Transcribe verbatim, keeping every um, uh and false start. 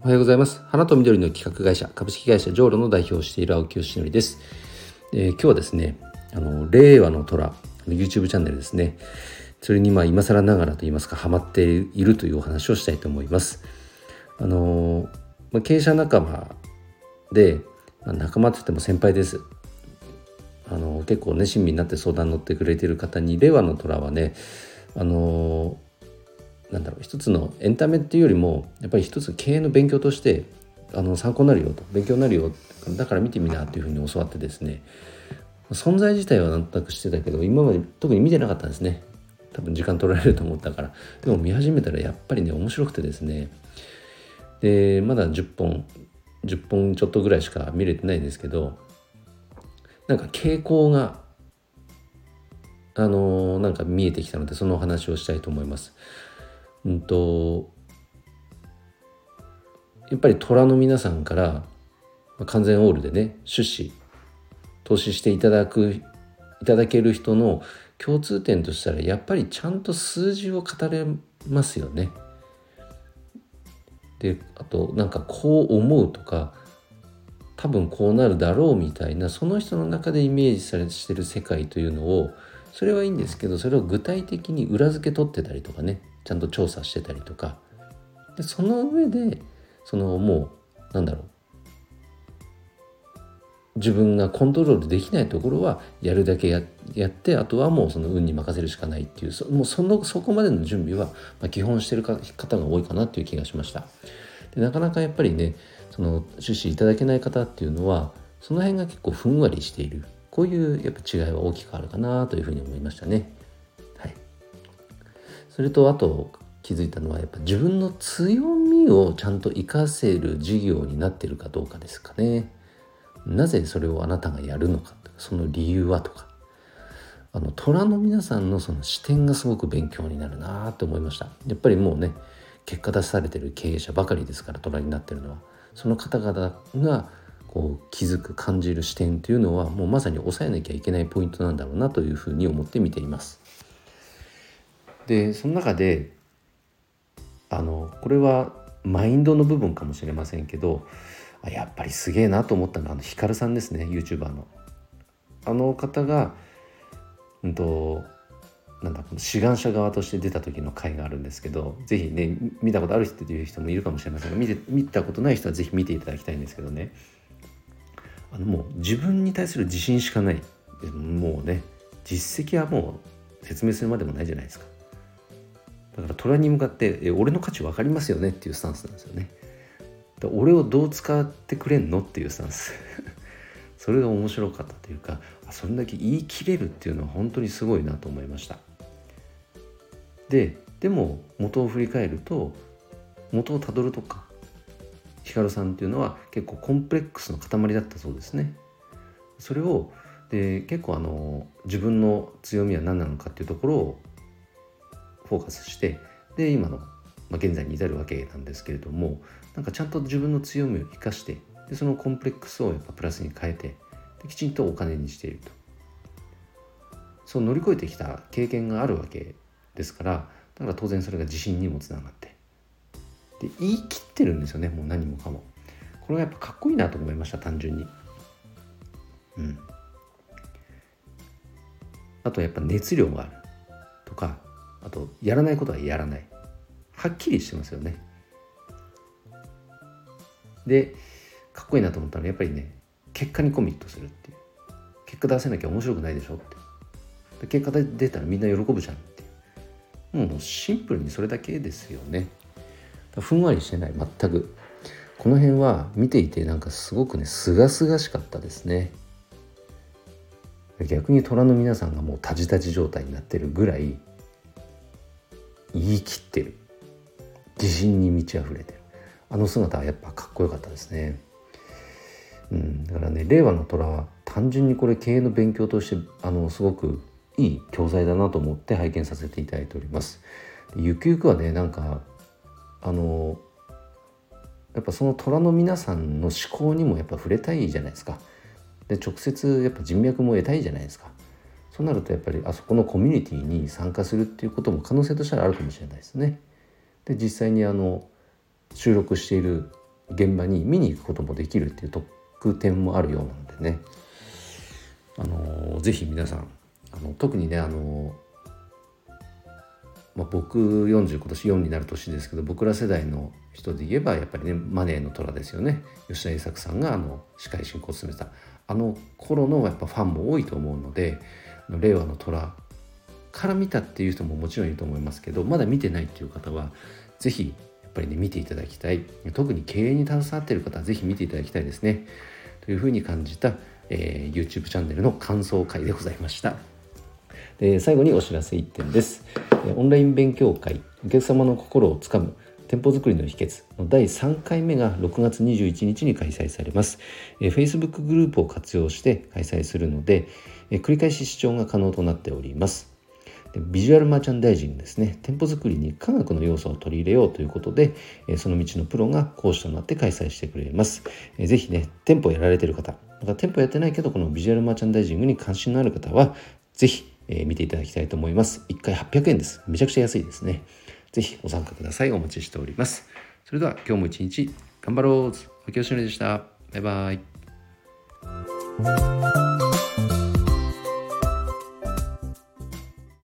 おはようございます。花と緑の企画会社株式会社ジョーロの代表をしている青木よしのりです。えー、今日はですねあの令和の虎 YouTube チャンネルですね、それにまあ今更ながらといいますかハマっているというお話をしたいと思います。あのまあ、経営者仲間で、まあ、仲間といっても先輩です。あの結構ね親身になって相談に乗ってくれている方に、令和の虎はねあのなんだろう一つのエンタメっていうよりもやっぱり一つ経営の勉強としてあの参考になるよと、勉強になるよ、だから見てみなというふうに教わってですね、存在自体はなんとなくしてたけど今まで特に見てなかったんですね。多分時間取られると思ったから。でも見始めたらやっぱりね面白くてですね、でまだじゅっぽんじゅっぽんちょっとぐらいしか見れてないんですけど、なんか傾向があのー、なんか見えてきたのでそのお話をしたいと思います。うんとやっぱり虎の皆さんから、まあ、完全オールでね出資投資していただくいただける人の共通点としたらやっぱりちゃんと数字を語れますよね。であとなんかこう思うとか多分こうなるだろうみたいな、その人の中でイメージされてる世界というのを、それはいいんですけど、それを具体的に裏付け取ってたりとかね、ちゃんと調査してたりとかで、その上でそのもうなんだろう自分がコントロールできないところはやるだけ や, やってあとはもうその運に任せるしかないっていう、そもうそのそこまでの準備は、まあ、基本してるか方が多いかなっていう気がしました。でなかなかやっぱりねその出資いただけない方っていうのはその辺が結構ふんわりしている、こういうやっぱ違いは大きくあるかなというふうに思いましたね。はい。それとあと気づいたのはやっぱ自分の強みをちゃんと活かせる事業になっているかどうかですかね。なぜそれをあなたがやるのか、その理由はとか、あの虎の皆さんのその視点がすごく勉強になるなと思いました。やっぱりもうね結果出されてる経営者ばかりですから、虎になってるのはその方々がこう気づく感じる視点というのはもうまさに抑えなきゃいけないポイントなんだろうなというふうに思って見ています。でその中であのこれはマインドの部分かもしれませんけど、やっぱりすげえなと思ったのはあのヒカルさんですね、 YouTuber のあの方がうんとなんだ志願者側として出た時の回があるんですけど、ぜひね見たことある人という人もいるかもしれませんが、見て見たことない人はぜひ見ていただきたいんですけどね、あのもう自分に対する自信しかない、もうね実績はもう説明するまでもないじゃないですか。だから虎に向かってえ俺の価値分かりますよねっていうスタンスなんですよね。だ俺をどう使ってくれんのっていうスタンスそれが面白かったというか、それだけ言い切れるっていうのは本当にすごいなと思いました。ででも元を振り返ると、元をたどるとかヒカルさんっていうのは結構コンプレックスの塊だったそうですね。それをで結構あの自分の強みは何なのかっていうところをフォーカスして、で今の、まあ、現在に至るわけなんですけれども、なんかちゃんと自分の強みを生かして、でそのコンプレックスをやっぱプラスに変えて、できちんとお金にしていると、そう乗り越えてきた経験があるわけですから、だから当然それが自信にもつながって、で言い切ってるんですよね、もう何もかも。これはやっぱかっこいいなと思いました、単純に。うん。あとやっぱ熱量があるとか、あとやらないことはやらない、はっきりしてますよね。でかっこいいなと思ったのはやっぱりね結果にコミットするっていう、結果出せなきゃ面白くないでしょって、で結果出たらみんな喜ぶじゃんっていう、もうシンプルにそれだけですよね。ふんわりしてない、全く。この辺は見ていてなんかすごくねすがすがしかったですね。逆に虎の皆さんがもうタジタジ状態になってるぐらい言い切ってる、自信に満ち溢れてる、あの姿はやっぱかっこよかったですね。うん、だからね令和の虎は単純にこれ経営の勉強としてあのすごくいい教材だなと思って拝見させていただいております。ゆくゆくはねなんかあのやっぱその虎の皆さんの思考にもやっぱ触れたいじゃないですか。で直接やっぱ人脈も得たいじゃないですか。そうなるとやっぱりあそこのコミュニティに参加するっていうことも可能性としたらあるかもしれないですね。で実際にあの収録している現場に見に行くこともできるっていう特典もあるようなのでね、あのぜひ皆さん、あの特にね、あのまあ、僕よんじゅう今年よんになる年ですけど、僕ら世代の人で言えばやっぱりね、マネーの虎ですよね。吉田栄作さんがあの司会進行を務めたあの頃のやっぱファンも多いと思うので、令和の虎から見たっていう人ももちろんいると思いますけど、まだ見てないっていう方はぜひやっぱりね見ていただきたい。特に経営に携わっている方はぜひ見ていただきたいですね、というふうに感じた、えー、YouTube チャンネルの感想会でございました。で最後にお知らせいってんです。オンライン勉強会、お客様の心をつかむ店舗作りの秘訣のだいさんかいめがろくがつにじゅういちにちに開催されます。え Facebook グループを活用して開催するので、え繰り返し視聴が可能となっております。でビジュアルマーチャンダイジングですね、店舗作りに科学の要素を取り入れようということで、えその道のプロが講師となって開催してくれます。えぜひね、店舗やられている方、また店舗やってないけどこのビジュアルマーチャンダイジングに関心のある方はぜひえー、見ていただきたいと思います。いっかいはっぴゃくえんです。めちゃくちゃ安いですね。ぜひご参加ください。お待ちしております。それでは今日も一日頑張ろう。おきよしのりでした。バイバイ。